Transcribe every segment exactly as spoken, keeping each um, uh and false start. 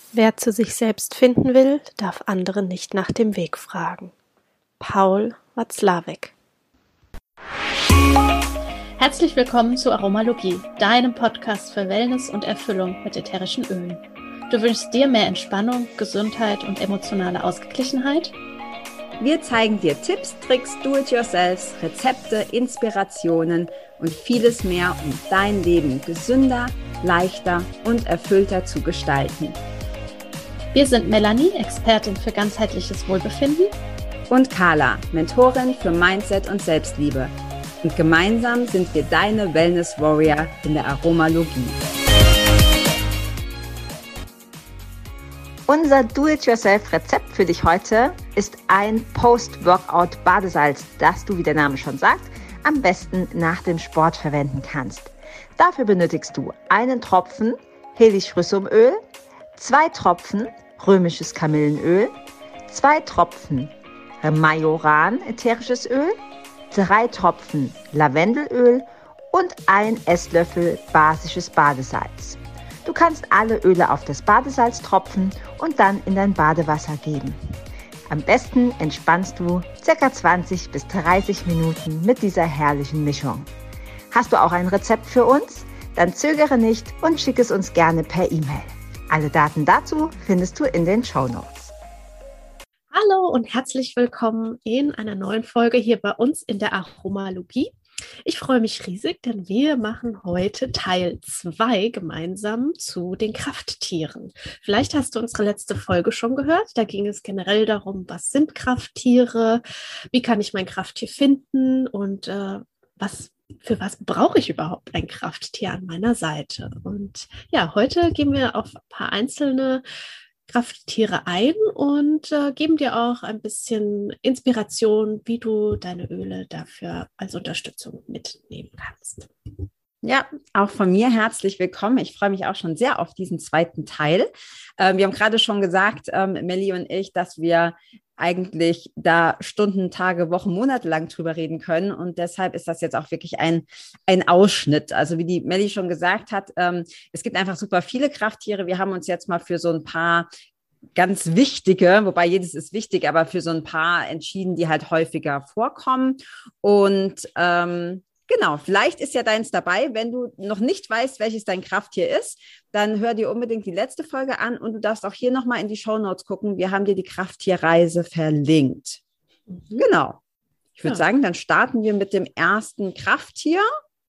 Wer zu sich selbst finden will, darf andere nicht nach dem Weg fragen. Paul Watzlawick. Herzlich willkommen zu Aromalogie, deinem Podcast für Wellness und Erfüllung mit ätherischen Ölen. Du wünschst dir mehr Entspannung, Gesundheit und emotionale Ausgeglichenheit? Wir zeigen dir Tipps, Tricks, Do-it-yourselfs, Rezepte, Inspirationen und vieles mehr, um dein Leben gesünder, leichter und erfüllter zu gestalten. Wir sind Melanie, Expertin für ganzheitliches Wohlbefinden, und Carla, Mentorin für Mindset und Selbstliebe. Und gemeinsam sind wir deine Wellness Warrior in der Aromalogie. Unser Do-it-yourself-Rezept für dich heute ist ein Post-Workout-Badesalz, das du, wie der Name schon sagt, am besten nach dem Sport verwenden kannst. Dafür benötigst du einen Tropfen Helichrysumöl, zwei Tropfen römisches Kamillenöl, zwei Tropfen Majoran ätherisches Öl, drei Tropfen Lavendelöl und ein Esslöffel basisches Badesalz. Du kannst alle Öle auf das Badesalz tropfen und dann in dein Badewasser geben. Am besten entspannst du ca. zwanzig bis dreißig Minuten mit dieser herrlichen Mischung. Hast du auch ein Rezept für uns? Dann zögere nicht und schick es uns gerne per E-Mail. Alle Daten dazu findest du in den Shownotes. Hallo und herzlich willkommen in einer neuen Folge hier bei uns in der Aromalogie. Ich freue mich riesig, denn wir machen heute Teil zwei gemeinsam zu den Krafttieren. Vielleicht hast du unsere letzte Folge schon gehört. Da ging es generell darum, was sind Krafttiere, wie kann ich mein Krafttier finden und äh, was für was brauche ich überhaupt ein Krafttier an meiner Seite. Und ja, heute gehen wir auf ein paar einzelne Krafttiere ein und äh, geben dir auch ein bisschen Inspiration, wie du deine Öle dafür als Unterstützung mitnehmen kannst. Ja, auch von mir herzlich willkommen. Ich freue mich auch schon sehr auf diesen zweiten Teil. Ähm, wir haben gerade schon gesagt, ähm, Melli und ich, dass wir eigentlich da Stunden, Tage, Wochen, Monate lang drüber reden können. Und deshalb ist das jetzt auch wirklich ein, ein Ausschnitt. Also wie die Melli schon gesagt hat, ähm, es gibt einfach super viele Krafttiere. Wir haben uns jetzt mal für so ein paar ganz wichtige, wobei jedes ist wichtig, aber für so ein paar entschieden, die halt häufiger vorkommen. Und ähm, genau, vielleicht ist ja deins dabei. Wenn du noch nicht weißt, welches dein Krafttier ist, dann hör dir unbedingt die letzte Folge an und du darfst auch hier nochmal in die Shownotes gucken. Wir haben dir die Krafttierreise verlinkt. Mhm. Genau. Ich würde ja. sagen, dann starten wir mit dem ersten Krafttier.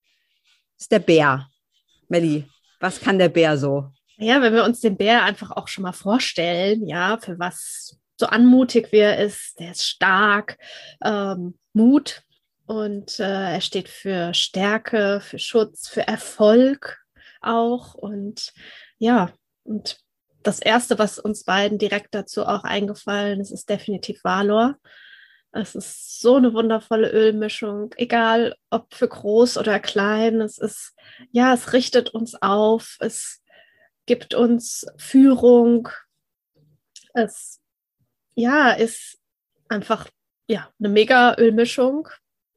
Das ist der Bär. Melli, was kann der Bär so? Ja, wenn wir uns den Bär einfach auch schon mal vorstellen, ja, für was so anmutig wie er ist, der ist stark, ähm, Mut. Und äh, er steht für Stärke, für Schutz, für Erfolg auch. Und ja, und das Erste, was uns beiden direkt dazu auch eingefallen ist, ist definitiv Valor. Es ist so eine wundervolle Ölmischung, egal ob für groß oder klein. Es ist, ja, es richtet uns auf, es gibt uns Führung. Es, ja, ist einfach, ja, eine mega Ölmischung,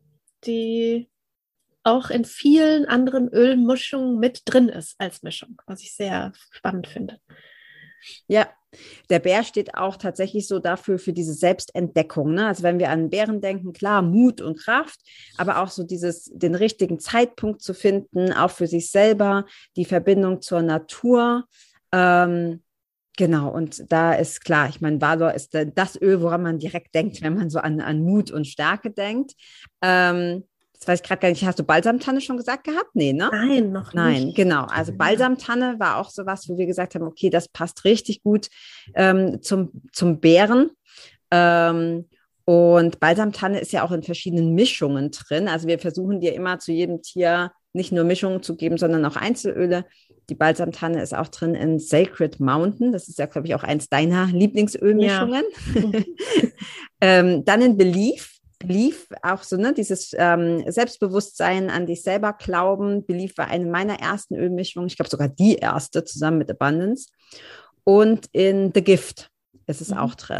die auch in vielen anderen Ölmischungen mit drin ist als Mischung, was ich sehr spannend finde. Ja, der Bär steht auch tatsächlich so dafür, für diese Selbstentdeckung. Ne? Also wenn wir an Bären denken, klar, Mut und Kraft, aber auch so dieses, den richtigen Zeitpunkt zu finden, auch für sich selber, die Verbindung zur Natur. Ähm, Genau, und da ist klar, ich meine, Valor ist das Öl, woran man direkt denkt, wenn man so an, an Mut und Stärke denkt. Ähm, das weiß ich gerade gar nicht, hast du Balsamtanne schon gesagt gehabt? Nee, ne? Nein, noch Nein, nicht. Genau, also Balsamtanne war auch sowas, wo wir gesagt haben, okay, das passt richtig gut ähm, zum, zum Bären. Ähm, und Balsamtanne ist ja auch in verschiedenen Mischungen drin. Also wir versuchen dir immer zu jedem Tier nicht nur Mischungen zu geben, sondern auch Einzelöle. Die Balsamtanne ist auch drin in Sacred Mountain. Das ist ja, glaube ich, auch eins deiner Lieblingsölmischungen. Ja. ähm, dann in Belief. Belief, auch so, ne, dieses ähm, Selbstbewusstsein, an dich selber glauben. Belief war eine meiner ersten Ölmischungen. Ich glaube sogar die erste, zusammen mit Abundance. Und in The Gift ist es mhm. auch drin.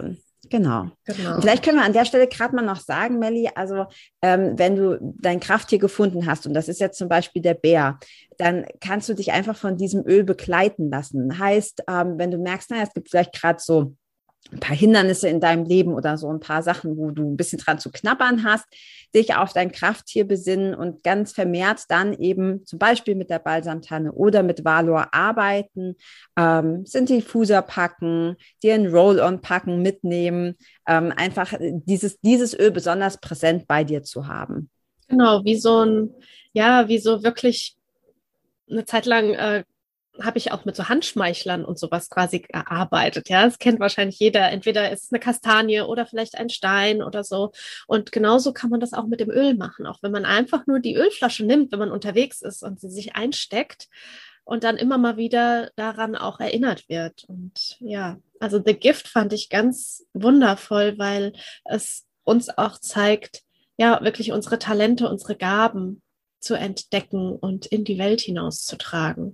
Genau. Genau. Und vielleicht können wir an der Stelle gerade mal noch sagen, Melli, also ähm, wenn du dein Krafttier gefunden hast, und das ist jetzt zum Beispiel der Bär, dann kannst du dich einfach von diesem Öl begleiten lassen. Heißt, ähm, wenn du merkst, naja, es gibt vielleicht gerade so ein paar Hindernisse in deinem Leben oder so ein paar Sachen, wo du ein bisschen dran zu knabbern hast, dich auf dein Krafttier besinnen und ganz vermehrt dann eben zum Beispiel mit der Balsamtanne oder mit Valor arbeiten, ähm, sind Diffuser packen, dir ein Roll-on packen, mitnehmen, ähm, einfach dieses, dieses Öl besonders präsent bei dir zu haben. Genau, wie so ein, ja, wie so wirklich eine Zeit lang äh, habe ich auch mit so Handschmeichlern und sowas quasi gearbeitet. Ja, das kennt wahrscheinlich jeder. Entweder ist es eine Kastanie oder vielleicht ein Stein oder so. Und genauso kann man das auch mit dem Öl machen. Auch wenn man einfach nur die Ölflasche nimmt, wenn man unterwegs ist und sie sich einsteckt und dann immer mal wieder daran auch erinnert wird. Und ja, also The Gift fand ich ganz wundervoll, weil es uns auch zeigt, ja, wirklich unsere Talente, unsere Gaben zu entdecken und in die Welt hinauszutragen.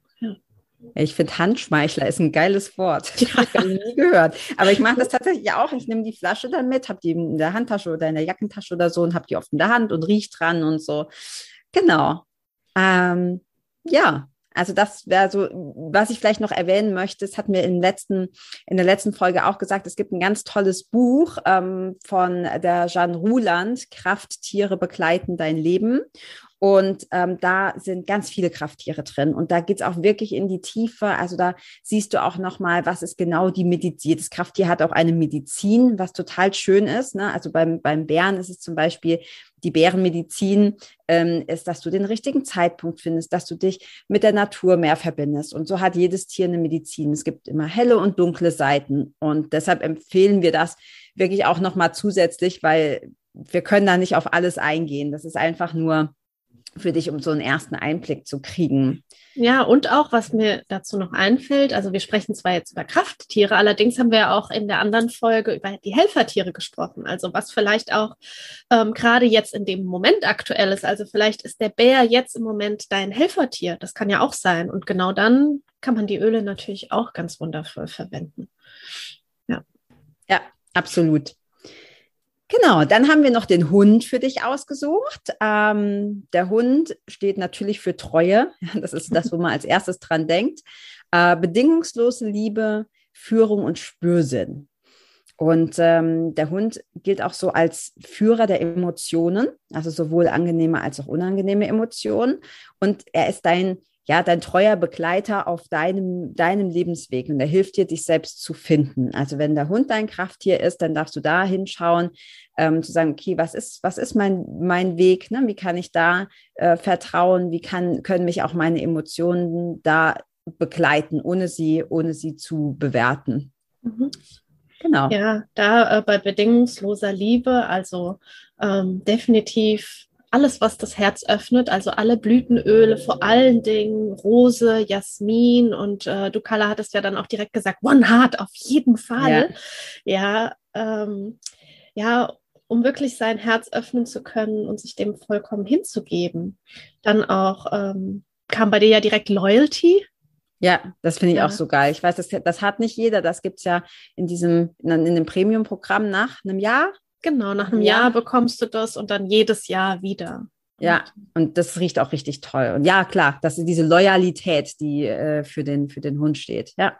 Ich finde, Handschmeichler ist ein geiles Wort. Das habe ich nie gehört. Aber ich mache das tatsächlich auch. Ich nehme die Flasche dann mit, habe die in der Handtasche oder in der Jackentasche oder so und habe die oft in der Hand und rieche dran und so. Genau. Ähm, ja, also das wäre so, was ich vielleicht noch erwähnen möchte. Das hatten wir in, letzten, in der letzten Folge auch gesagt. Es gibt ein ganz tolles Buch ähm, von der Jeanne Ruland, Krafttiere begleiten dein Leben. Und ähm, da sind ganz viele Krafttiere drin. Und da geht es auch wirklich in die Tiefe. Also da siehst du auch nochmal, was ist genau die Medizin. Das Krafttier hat auch eine Medizin, was total schön ist. Ne? Also beim, beim Bären ist es zum Beispiel, die Bärenmedizin ähm, ist, dass du den richtigen Zeitpunkt findest, dass du dich mit der Natur mehr verbindest. Und so hat jedes Tier eine Medizin. Es gibt immer helle und dunkle Seiten. Und deshalb empfehlen wir das wirklich auch nochmal zusätzlich, weil wir können da nicht auf alles eingehen. Das ist einfach nur für dich, um so einen ersten Einblick zu kriegen. Ja, und auch, was mir dazu noch einfällt, also wir sprechen zwar jetzt über Krafttiere, allerdings haben wir ja auch in der anderen Folge über die Helfertiere gesprochen, also was vielleicht auch ähm, gerade jetzt in dem Moment aktuell ist, also vielleicht ist der Bär jetzt im Moment dein Helfertier, das kann ja auch sein und genau dann kann man die Öle natürlich auch ganz wundervoll verwenden. Ja, ja, absolut. Genau, dann haben wir noch den Hund für dich ausgesucht. Ähm, der Hund steht natürlich für Treue. Das ist das, wo man als erstes dran denkt. Äh, bedingungslose Liebe, Führung und Spürsinn. Und ähm, der Hund gilt auch so als Führer der Emotionen, also sowohl angenehme als auch unangenehme Emotionen. Und er ist dein ja, dein treuer Begleiter auf deinem, deinem Lebensweg und er hilft dir, dich selbst zu finden. Also wenn der Hund dein Krafttier ist, dann darfst du da hinschauen, ähm, zu sagen, okay, was ist, was ist mein, mein Weg? Ne? Wie kann ich da äh, vertrauen? Wie kann, können mich auch meine Emotionen da begleiten, ohne sie, ohne sie zu bewerten? Mhm. Genau. Ja, da äh, bei bedingungsloser Liebe, also ähm, definitiv alles, was das Herz öffnet, also alle Blütenöle, vor allen Dingen Rose, Jasmin und äh, du, Carla, hattest ja dann auch direkt gesagt, One Heart auf jeden Fall. Ja, ja, ähm, ja, um wirklich sein Herz öffnen zu können und sich dem vollkommen hinzugeben. Dann auch ähm, kam bei dir ja direkt Loyalty. Ja, das finde ich Ja. auch so geil. Ich weiß, das, das hat nicht jeder. Das gibt es ja in diesem, in, in dem Premium-Programm nach einem Jahr. Genau, nach einem Ja. Jahr bekommst du das und dann jedes Jahr wieder. Ja, und das riecht auch richtig toll. Und ja, klar, das ist diese Loyalität, die äh, für den, für den Hund steht. Ja.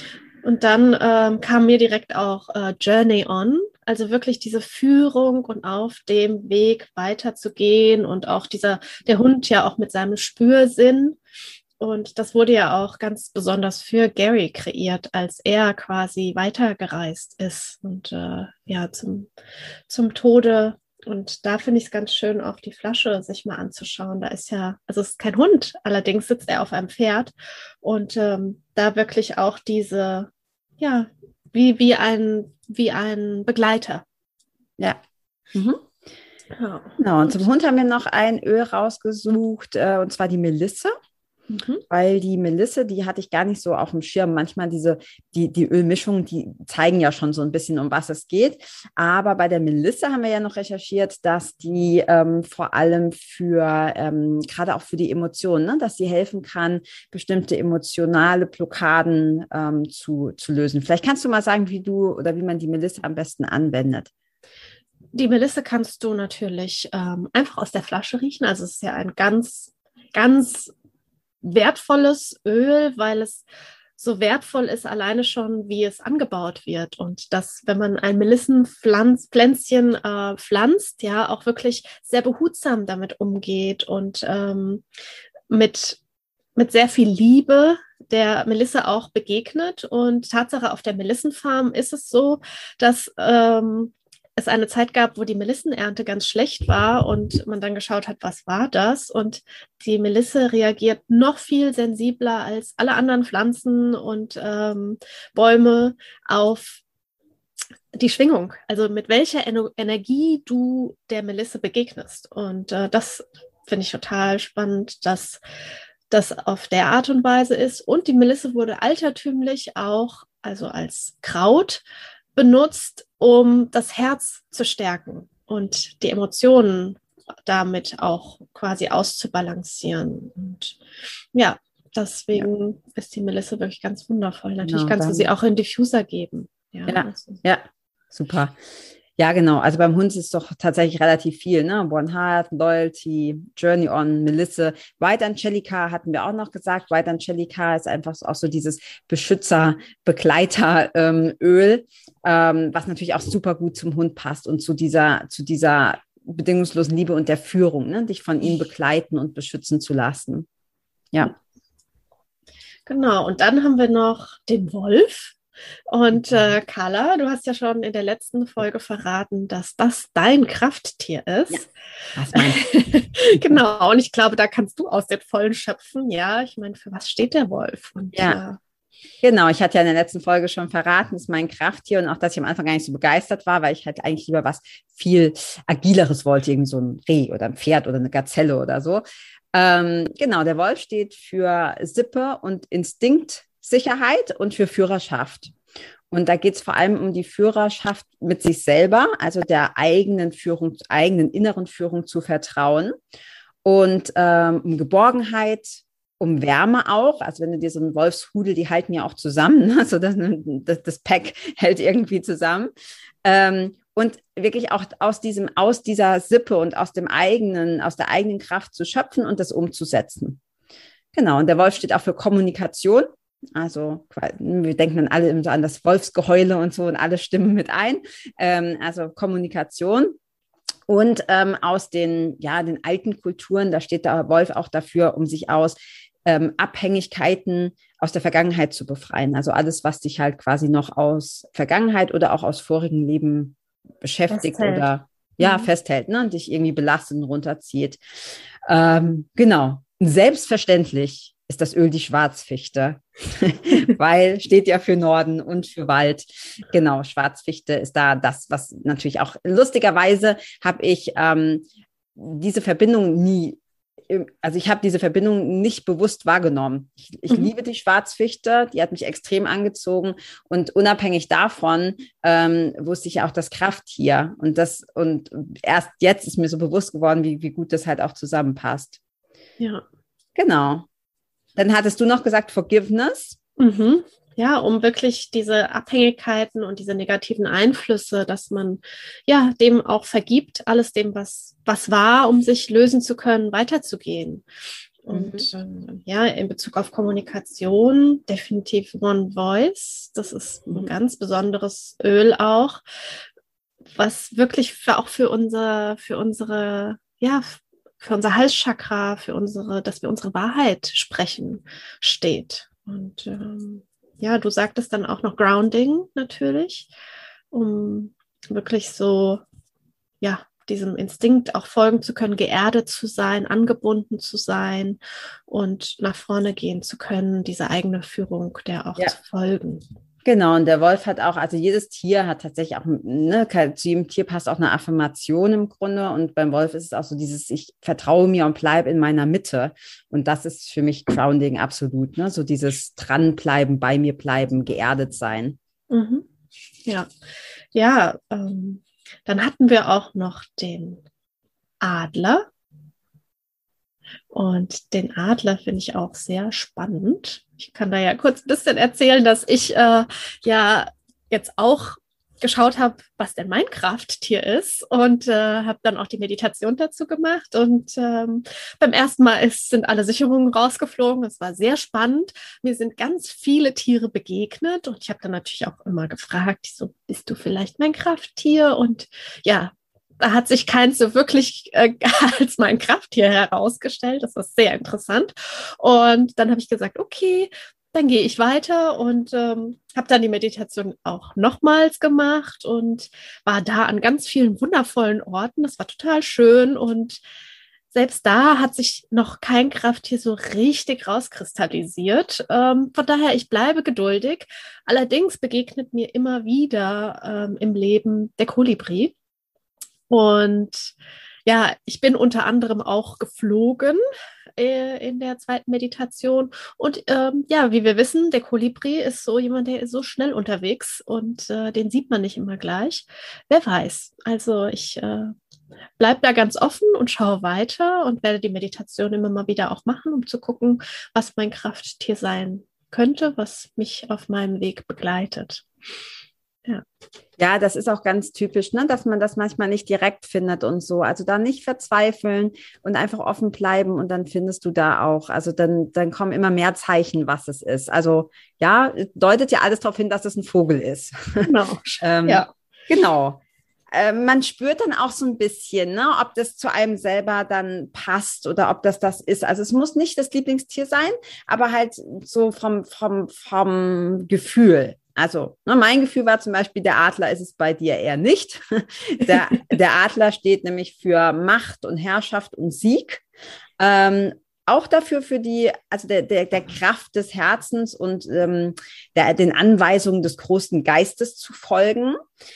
Und dann ähm, kam mir direkt auch äh, Journey On, also wirklich diese Führung und auf dem Weg weiterzugehen und auch dieser, der Hund ja auch mit seinem Spürsinn. Und das wurde ja auch ganz besonders für Gary kreiert, als er quasi weitergereist ist und äh, ja zum, zum Tode. Und da finde ich es ganz schön, auch die Flasche sich mal anzuschauen. Da ist ja, also es ist kein Hund, allerdings sitzt er auf einem Pferd und ähm, da wirklich auch diese, ja, wie, wie, ein, wie ein Begleiter. Ja. Mhm. Ja. Genau, und zum Hund haben wir noch ein Öl rausgesucht, äh, und zwar die Melisse. Mhm. Weil die Melisse, die hatte ich gar nicht so auf dem Schirm. Manchmal diese, die, die Ölmischungen, die zeigen ja schon so ein bisschen, um was es geht. Aber bei der Melisse haben wir ja noch recherchiert, dass die ähm, vor allem für, ähm, gerade auch für die Emotionen, ne, dass sie helfen kann, bestimmte emotionale Blockaden ähm, zu, zu lösen. Vielleicht kannst du mal sagen, wie du oder wie man die Melisse am besten anwendet. Die Melisse kannst du natürlich ähm, einfach aus der Flasche riechen. Also es ist ja ein ganz, ganz wertvolles Öl, weil es so wertvoll ist, alleine schon, wie es angebaut wird. Und dass, wenn man ein Melissenpflänzchen äh, pflanzt, ja, auch wirklich sehr behutsam damit umgeht und ähm, mit, mit sehr viel Liebe der Melisse auch begegnet. Und Tatsache, auf der Melissenfarm ist es so, dass ähm, es eine Zeit gab, wo die Melissenernte ganz schlecht war und man dann geschaut hat, was war das? Und die Melisse reagiert noch viel sensibler als alle anderen Pflanzen und ähm, Bäume auf die Schwingung, also mit welcher en- Energie du der Melisse begegnest. Und äh, das finde ich total spannend, dass das auf der Art und Weise ist. Und die Melisse wurde altertümlich auch, also als Kraut, benutzt, um das Herz zu stärken und die Emotionen damit auch quasi auszubalancieren. Und ja, deswegen ja. ist die Melisse wirklich ganz wundervoll. Natürlich genau, kannst du sie auch in Diffuser geben. Ja, ja, also. ja, super. Ja, genau. Also beim Hund ist es doch tatsächlich relativ viel, ne? One Heart, Loyalty, Journey On, Melisse. White Angelica hatten wir auch noch gesagt. White Angelica ist einfach auch so dieses Beschützer-Begleiter-Öl, ähm, was natürlich auch super gut zum Hund passt und zu dieser, zu dieser bedingungslosen Liebe und der Führung, ne? Dich von ihm begleiten und beschützen zu lassen. Ja. Genau. Und dann haben wir noch den Wolf. Und äh, Carla, du hast ja schon in der letzten Folge verraten, dass das dein Krafttier ist. Ja, das mein Genau, und ich glaube, da kannst du aus den Vollen schöpfen. Ja, ich meine, für was steht der Wolf? Und, ja, äh, genau. Ich hatte ja in der letzten Folge schon verraten, das ist mein Krafttier und auch, dass ich am Anfang gar nicht so begeistert war, weil ich halt eigentlich lieber was viel Agileres wollte, irgendwie so ein Reh oder ein Pferd oder eine Gazelle oder so. Ähm, genau, der Wolf steht für Sippe und Instinkt. Sicherheit und für Führerschaft. Und da geht es vor allem um die Führerschaft mit sich selber, also der eigenen Führung, eigenen inneren Führung zu vertrauen und ähm, um Geborgenheit, um Wärme auch. Also wenn du dir so einen Wolfshudel, die halten ja auch zusammen, also das, das, das Pack hält irgendwie zusammen. Ähm, und wirklich auch aus diesem, aus dieser Sippe und aus dem eigenen, aus der eigenen Kraft zu schöpfen und das umzusetzen. Genau. Und der Wolf steht auch für Kommunikation. Also wir denken dann alle immer so an das Wolfsgeheule und so und alle stimmen mit ein. Ähm, also Kommunikation. Und ähm, aus den, ja, den alten Kulturen, da steht der Wolf auch dafür, um sich aus ähm, Abhängigkeiten aus der Vergangenheit zu befreien. Also alles, was dich halt quasi noch aus Vergangenheit oder auch aus vorigen Leben beschäftigt festhält. oder ja, mhm. festhält, ne, und dich irgendwie belastet und runterzieht. Ähm, genau. Selbstverständlich ist das Öl die Schwarzfichte, weil steht ja für Norden und für Wald. Genau, Schwarzfichte ist da das, was natürlich auch lustigerweise habe ich ähm, diese Verbindung nie, also ich habe diese Verbindung nicht bewusst wahrgenommen. Ich, ich mhm. liebe die Schwarzfichte, die hat mich extrem angezogen und unabhängig davon ähm, wusste ich ja auch das Krafttier und das und erst jetzt ist mir so bewusst geworden, wie, wie gut das halt auch zusammenpasst. Ja. Genau. Dann hattest du noch gesagt Forgiveness. Mhm. Ja, um wirklich diese Abhängigkeiten und diese negativen Einflüsse, dass man ja dem auch vergibt, alles dem, was, was war, um sich lösen zu können, weiterzugehen. Und mhm. ähm, ja, in Bezug auf Kommunikation definitiv One Voice. Das ist ein ganz besonderes Öl auch, was wirklich für, auch für unser, für unsere, ja, für unser Halschakra, für unsere, dass wir unsere Wahrheit sprechen, steht. Und ähm, ja, du sagtest dann auch noch Grounding natürlich, um wirklich so, ja, diesem Instinkt auch folgen zu können, geerdet zu sein, angebunden zu sein und nach vorne gehen zu können, diese eigene Führung der auch ja. zu folgen. Genau, und der Wolf hat auch, also jedes Tier hat tatsächlich auch, ne, zu jedem Tier passt auch eine Affirmation im Grunde. Und beim Wolf ist es auch so dieses, ich vertraue mir und bleibe in meiner Mitte. Und das ist für mich Grounding absolut, ne? So dieses Dranbleiben, bei mir bleiben, geerdet sein. Mhm. Ja, ja, ähm, dann hatten wir auch noch den Adler. Und den Adler finde ich auch sehr spannend. Ich kann da ja kurz ein bisschen erzählen, dass ich äh, ja jetzt auch geschaut habe, was denn mein Krafttier ist und äh, habe dann auch die Meditation dazu gemacht. Und ähm, beim ersten Mal ist, sind alle Sicherungen rausgeflogen. Es war sehr spannend. Mir sind ganz viele Tiere begegnet und ich habe dann natürlich auch immer gefragt, so, bist du vielleicht mein Krafttier? Und ja, da hat sich keins so wirklich äh, als mein Krafttier herausgestellt. Das ist sehr interessant. Und dann habe ich gesagt, okay, dann gehe ich weiter und ähm, habe dann die Meditation auch nochmals gemacht und war da an ganz vielen wundervollen Orten. Das war total schön und selbst da hat sich noch kein Krafttier so richtig rauskristallisiert. Ähm, von daher, ich bleibe geduldig. Allerdings begegnet mir immer wieder ähm, im Leben der Kolibri. Und ja, ich bin unter anderem auch geflogen äh, in der zweiten Meditation. Und ähm, ja, wie wir wissen, der Kolibri ist so jemand, der ist so schnell unterwegs und äh, den sieht man nicht immer gleich. Wer weiß. Also ich äh, bleibe da ganz offen und schaue weiter und werde die Meditation immer mal wieder auch machen, um zu gucken, was mein Krafttier sein könnte, was mich auf meinem Weg begleitet. Ja. Ja, das ist auch ganz typisch, ne, dass man das manchmal nicht direkt findet und so. Also da nicht verzweifeln und einfach offen bleiben und dann findest du da auch, also dann, dann kommen immer mehr Zeichen, was es ist. Also ja, deutet ja alles darauf hin, dass es ein Vogel ist. Genau. ähm, ja. Genau. Äh, man spürt dann auch so ein bisschen, ne, ob das zu einem selber dann passt oder ob das das ist. Also es muss nicht das Lieblingstier sein, aber halt so vom, vom, vom Gefühl. Also, ne, mein Gefühl war zum Beispiel, der Adler ist es bei dir eher nicht. Der, der Adler steht nämlich für Macht und Herrschaft und Sieg. Ähm, auch dafür für die, also der, der, der Kraft des Herzens und ähm, der, den Anweisungen des großen Geistes zu folgen.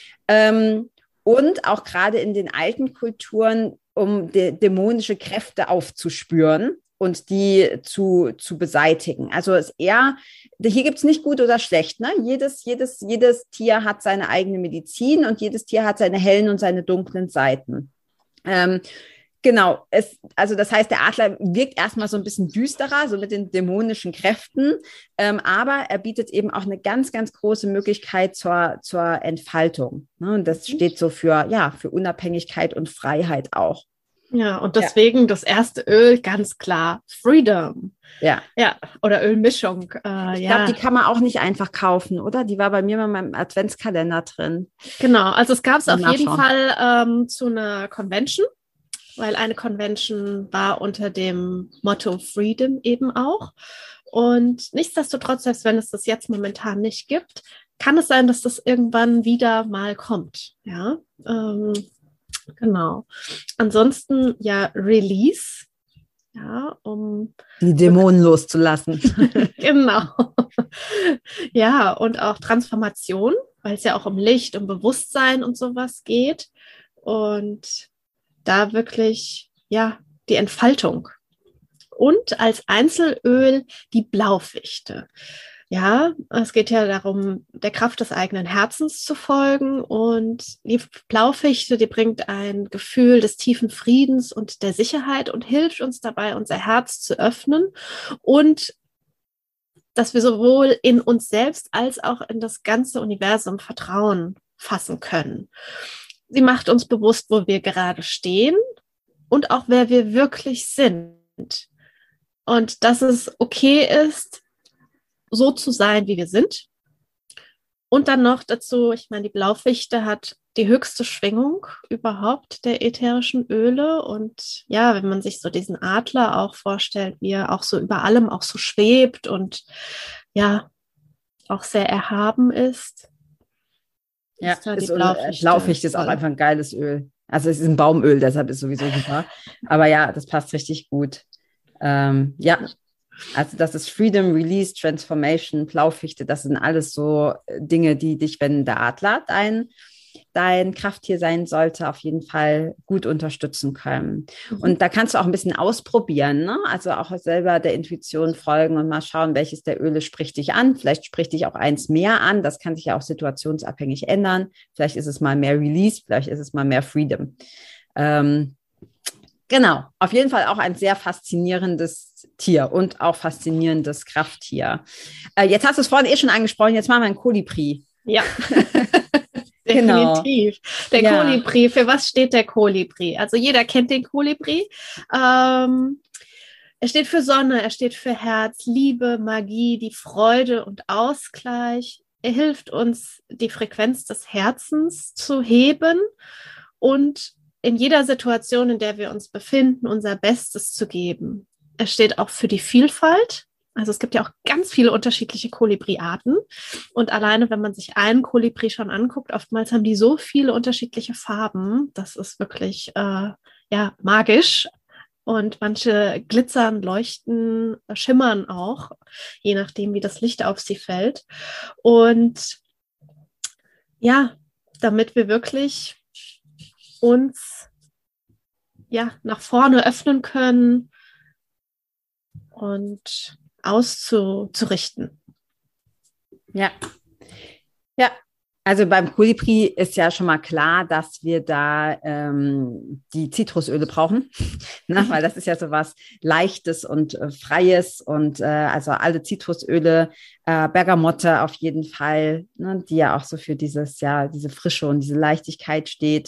Ähm, und auch gerade in den alten Kulturen, um de, dämonische Kräfte aufzuspüren und die zu, zu beseitigen. Also es ist eher, hier gibt es nicht gut oder schlecht. Ne? Jedes, jedes, jedes Tier hat seine eigene Medizin und jedes Tier hat seine hellen und seine dunklen Seiten. Ähm, genau, es, also das heißt, der Adler wirkt erstmal so ein bisschen düsterer, so mit den dämonischen Kräften, ähm, aber er bietet eben auch eine ganz, ganz große Möglichkeit zur, zur Entfaltung. Ne? Und das steht so für, ja, für Unabhängigkeit und Freiheit auch. Ja, und deswegen ja. Das erste Öl ganz klar Freedom. Ja. Ja, oder Ölmischung. Äh, ich ja. glaube, die kann man auch nicht einfach kaufen, oder? Die war bei mir mal in meinem Adventskalender drin. Genau, also es gab es auf Nachschauen. jeden Fall ähm, zu einer Convention, weil eine Convention war unter dem Motto Freedom eben auch. Und nichtsdestotrotz, selbst wenn es das jetzt momentan nicht gibt, kann es sein, dass das irgendwann wieder mal kommt. Ja, ähm, genau. Ansonsten ja Release, ja, um die Dämonen loszulassen. Genau. Ja, und auch Transformation, weil es ja auch um Licht, um Bewusstsein und sowas geht. Und da wirklich, ja, die Entfaltung. Und als Einzelöl die Blaufichte. Ja, es geht ja darum, der Kraft des eigenen Herzens zu folgen. Und die Blaufichte, die bringt ein Gefühl des tiefen Friedens und der Sicherheit und hilft uns dabei, unser Herz zu öffnen und dass wir sowohl in uns selbst als auch in das ganze Universum Vertrauen fassen können. Sie macht uns bewusst, wo wir gerade stehen und auch wer wir wirklich sind. Und dass es okay ist, so zu sein, wie wir sind. Und dann noch dazu, ich meine, die Blaufichte hat die höchste Schwingung überhaupt der ätherischen Öle. Und ja, wenn man sich so diesen Adler auch vorstellt, wie er auch so über allem auch so schwebt und ja, auch sehr erhaben ist. Ja, ist ist Blaufichte, Blaufichte ist auch einfach ein geiles Öl. Also es ist ein Baumöl, deshalb ist es sowieso super. Aber ja, das passt richtig gut. Ähm, ja. Also das ist Freedom, Release, Transformation, Blaufichte, das sind alles so Dinge, die dich, wenn der Adler dein, dein Krafttier sein sollte, auf jeden Fall gut unterstützen können. Mhm. Und da kannst du auch ein bisschen ausprobieren, ne? Also auch selber der Intuition folgen und mal schauen, welches der Öle spricht dich an. Vielleicht spricht dich auch eins mehr an. Das kann sich ja auch situationsabhängig ändern. Vielleicht ist es mal mehr Release, vielleicht ist es mal mehr Freedom. Ähm, Genau, auf jeden Fall auch ein sehr faszinierendes Tier und auch faszinierendes Krafttier. Äh, jetzt hast du es vorhin eh schon angesprochen, jetzt machen wir ein Kolibri. Ja, definitiv. Genau. Der ja. Kolibri, für was steht der Kolibri? Also jeder kennt den Kolibri. Ähm, er steht für Sonne, er steht für Herz, Liebe, Magie, die Freude und Ausgleich. Er hilft uns, die Frequenz des Herzens zu heben und in jeder Situation, in der wir uns befinden, unser Bestes zu geben. Er steht auch für die Vielfalt. Also es gibt ja auch ganz viele unterschiedliche Kolibri-Arten. Und alleine, wenn man sich einen Kolibri schon anguckt, oftmals haben die so viele unterschiedliche Farben. Das ist wirklich äh, ja, magisch. Und manche glitzern, leuchten, schimmern auch, je nachdem, wie das Licht auf sie fällt. Und ja, damit wir wirklich uns ja nach vorne öffnen können und auszurichten. Ja, ja. Also beim Kolibri ist ja schon mal klar, dass wir da ähm, die Zitrusöle brauchen, ne? Weil das ist ja so was Leichtes und äh, Freies und äh, also alle Zitrusöle, äh, Bergamotte auf jeden Fall, ne? Die ja auch so für dieses, ja, diese Frische und diese Leichtigkeit steht.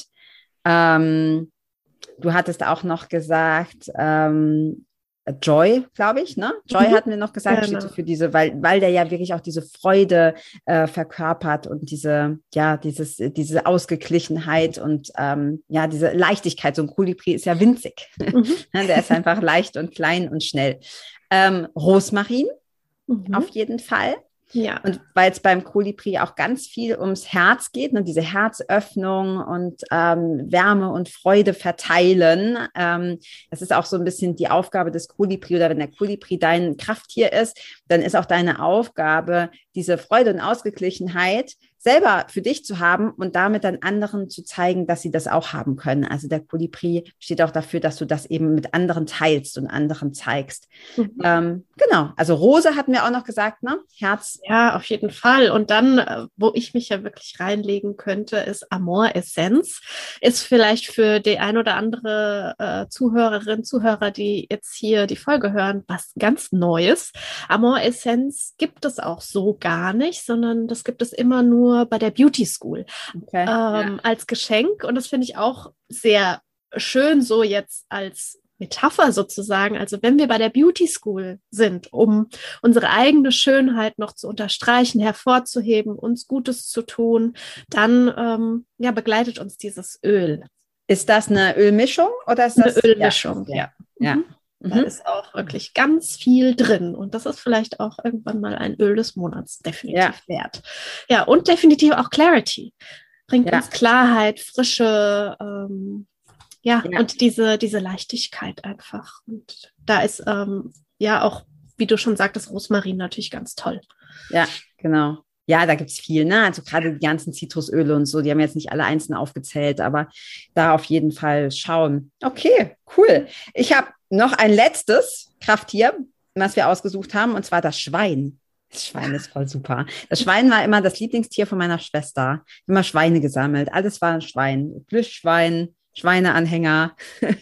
Ähm, du hattest auch noch gesagt, ähm, Joy, glaube ich, ne? Joy mhm. hatten wir noch gesagt, genau. Steht so für diese, weil, weil der ja wirklich auch diese Freude äh, verkörpert und diese, ja, dieses, diese Ausgeglichenheit und ähm, ja, diese Leichtigkeit. So ein Kolibri ist ja winzig. Mhm. Der ist einfach leicht und klein und schnell. Ähm, Rosmarin, mhm. auf jeden Fall. Ja. Und weil es beim Kolibri auch ganz viel ums Herz geht, ne, diese Herzöffnung und ähm, Wärme und Freude verteilen. Ähm, das ist auch so ein bisschen die Aufgabe des Kolibri, oder wenn der Kolibri dein Krafttier ist, dann ist auch deine Aufgabe, diese Freude und Ausgeglichenheit selber für dich zu haben und damit dann anderen zu zeigen, dass sie das auch haben können. Also der Kolibri steht auch dafür, dass du das eben mit anderen teilst und anderen zeigst. Mhm. Ähm, genau, also Rose hatten wir auch noch gesagt, ne? Herz. Ja, auf jeden Fall. Und dann, wo ich mich ja wirklich reinlegen könnte, ist Amor Essenz. Ist vielleicht für die ein oder andere äh, Zuhörerin, Zuhörer, die jetzt hier die Folge hören, was ganz Neues. Amor Essenz gibt es auch so gar nicht, sondern das gibt es immer nur bei der Beauty School okay, ähm, ja. als Geschenk. Und das finde ich auch sehr schön, so jetzt als Metapher sozusagen. Also wenn wir bei der Beauty School sind, um unsere eigene Schönheit noch zu unterstreichen, hervorzuheben, uns Gutes zu tun, dann ähm, ja, begleitet uns dieses Öl. Ist das eine Ölmischung oder ist das eine Ölmischung? Ja, ja. Mhm. Da mhm. ist auch wirklich ganz viel drin. Und das ist vielleicht auch irgendwann mal ein Öl des Monats definitiv ja. wert. Ja, und definitiv auch Clarity. Bringt ja. uns Klarheit, Frische, ähm, ja, ja, und diese, diese Leichtigkeit einfach. Und da ist ähm, ja auch, wie du schon sagtest, Rosmarin natürlich ganz toll. Ja, genau. Ja, da gibt es viel, ne? Also gerade die ganzen Zitrusöle und so, die haben jetzt nicht alle einzeln aufgezählt, aber da auf jeden Fall schauen. Okay, cool. Ich habe noch ein letztes Krafttier, was wir ausgesucht haben, und zwar das Schwein. Das Schwein ist voll super. Das Schwein war immer das Lieblingstier von meiner Schwester. Immer Schweine gesammelt. Alles war ein Schwein. Plüschschwein, Schweineanhänger,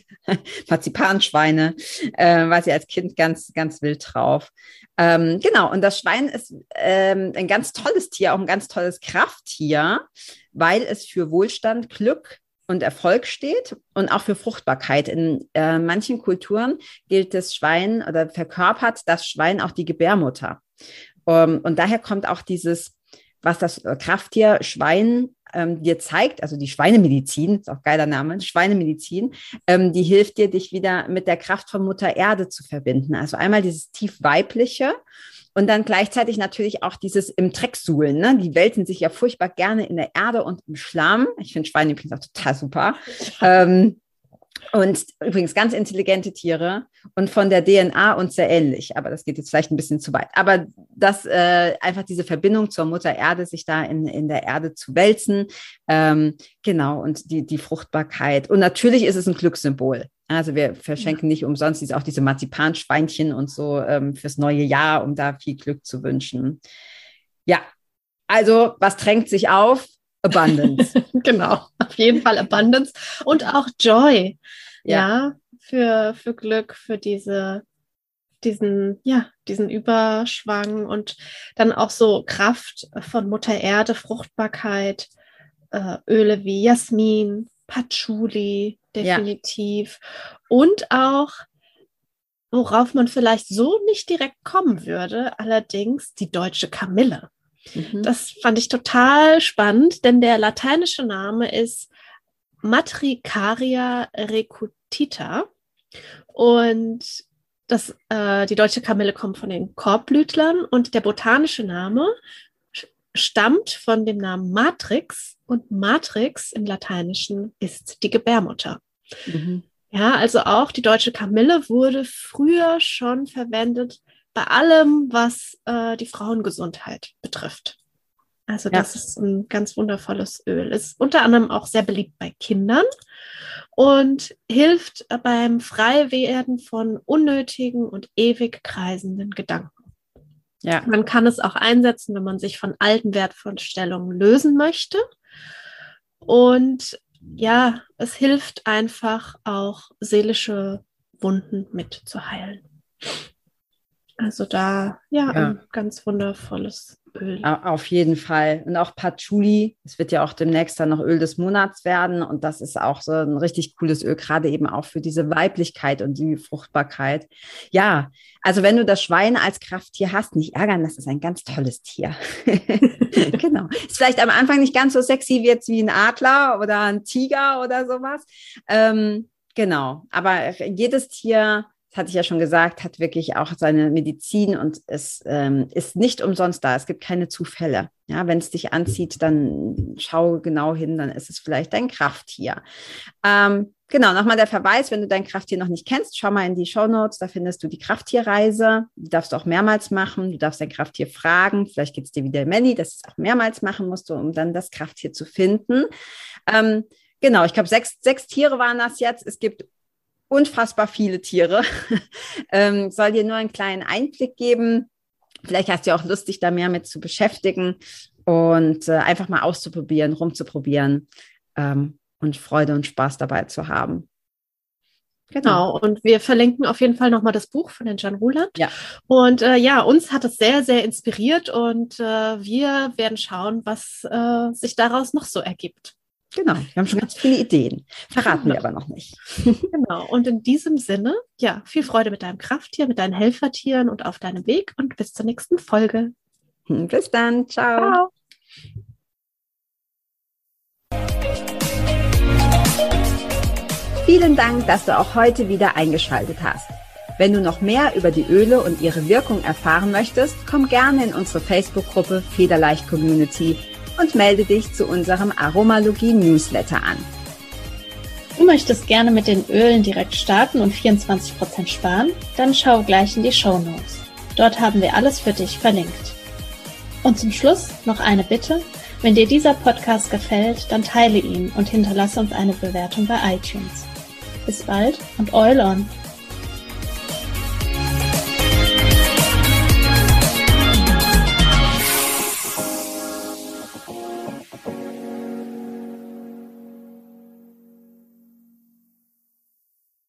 Marzipanschweine, äh, war sie als Kind ganz, ganz wild drauf. Ähm, genau, und das Schwein ist ähm, ein ganz tolles Tier, auch ein ganz tolles Krafttier, weil es für Wohlstand, Glück und Erfolg steht und auch für Fruchtbarkeit. In äh, manchen Kulturen gilt das Schwein oder verkörpert das Schwein auch die Gebärmutter. Um, und daher kommt auch dieses, was das Krafttier Schwein ähm, dir zeigt, also die Schweinemedizin, ist auch ein geiler Name, Schweinemedizin, ähm, die hilft dir, dich wieder mit der Kraft von Mutter Erde zu verbinden. Also einmal dieses tief weibliche und dann gleichzeitig natürlich auch dieses im Dreck suhlen. Ne? Die wälzen sich ja furchtbar gerne in der Erde und im Schlamm. Ich finde Schweine übrigens auch total super. ähm, Und übrigens ganz intelligente Tiere und von der D N A uns sehr ähnlich. Aber das geht jetzt vielleicht ein bisschen zu weit. Aber das äh, einfach diese Verbindung zur Mutter Erde, sich da in, in der Erde zu wälzen. Ähm, genau, und die, die Fruchtbarkeit. Und natürlich ist es ein Glückssymbol. Also wir verschenken nicht umsonst diese, auch diese Marzipanschweinchen und so ähm, fürs neue Jahr, um da viel Glück zu wünschen. Ja, also was drängt sich auf? Abundance. Genau, auf jeden Fall Abundance und auch Joy, ja, ja für, für Glück, für diese, diesen, ja, diesen Überschwang und dann auch so Kraft von Mutter Erde, Fruchtbarkeit, äh, Öle wie Jasmin, Patchouli, definitiv. Ja. Und auch, worauf man vielleicht so nicht direkt kommen würde, allerdings die deutsche Kamille. Mhm. Das fand ich total spannend, denn der lateinische Name ist Matricaria recutita und das, äh, die deutsche Kamille kommt von den Korbblütlern und der botanische Name stammt von dem Namen Matrix und Matrix im Lateinischen ist die Gebärmutter. Mhm. Ja, also auch die deutsche Kamille wurde früher schon verwendet bei allem, was äh, die Frauengesundheit betrifft. Also ja. Das ist ein ganz wundervolles Öl. Ist unter anderem auch sehr beliebt bei Kindern und hilft beim Freiwerden von unnötigen und ewig kreisenden Gedanken. Ja. Man kann es auch einsetzen, wenn man sich von alten Wertvorstellungen lösen möchte. Und ja, es hilft einfach auch, seelische Wunden mit zu heilen. Also da, ja, ja, ein ganz wundervolles Öl. Auf jeden Fall. Und auch Patchouli, es wird ja auch demnächst dann noch Öl des Monats werden. Und das ist auch so ein richtig cooles Öl, gerade eben auch für diese Weiblichkeit und die Fruchtbarkeit. Ja, also wenn du das Schwein als Krafttier hast, nicht ärgern, das ist ein ganz tolles Tier. Genau. Ist vielleicht am Anfang nicht ganz so sexy wie jetzt wie ein Adler oder ein Tiger oder sowas. Ähm, genau. Aber jedes Tier, das hatte ich ja schon gesagt, hat wirklich auch seine Medizin und es ähm, ist nicht umsonst da. Es gibt keine Zufälle. Ja, wenn es dich anzieht, dann schau genau hin, dann ist es vielleicht dein Krafttier. Ähm, genau, nochmal der Verweis, wenn du dein Krafttier noch nicht kennst, schau mal in die Shownotes, da findest du die Krafttierreise. Die darfst du auch mehrmals machen. Du darfst dein Krafttier fragen. Vielleicht geht es dir wie der Melli, dass du es auch mehrmals machen musst, um dann das Krafttier zu finden. Ähm, genau, ich glaube, sechs, sechs Tiere waren das jetzt. Es gibt unfassbar viele Tiere. ähm, soll dir nur einen kleinen Einblick geben. Vielleicht hast du ja auch Lust, dich da mehr mit zu beschäftigen und äh, einfach mal auszuprobieren, rumzuprobieren ähm, und Freude und Spaß dabei zu haben. Genau, und wir verlinken auf jeden Fall nochmal das Buch von den Jan Ruland. Ja. Und äh, ja, uns hat es sehr, sehr inspiriert und äh, wir werden schauen, was äh, sich daraus noch so ergibt. Genau, wir haben schon ganz viele Ideen. Verraten genau. wir aber noch nicht. Genau, und in diesem Sinne, ja, viel Freude mit deinem Krafttier, mit deinen Helfertieren und auf deinem Weg und bis zur nächsten Folge. Bis dann, ciao. Ciao. Vielen Dank, dass du auch heute wieder eingeschaltet hast. Wenn du noch mehr über die Öle und ihre Wirkung erfahren möchtest, komm gerne in unsere Facebook-Gruppe Federleicht Community und melde dich zu unserem Aromalogie-Newsletter an. Du möchtest gerne mit den Ölen direkt starten und vierundzwanzig Prozent sparen? Dann schau gleich in die Shownotes. Dort haben wir alles für dich verlinkt. Und zum Schluss noch eine Bitte. Wenn dir dieser Podcast gefällt, dann teile ihn und hinterlasse uns eine Bewertung bei iTunes. Bis bald und Oil on!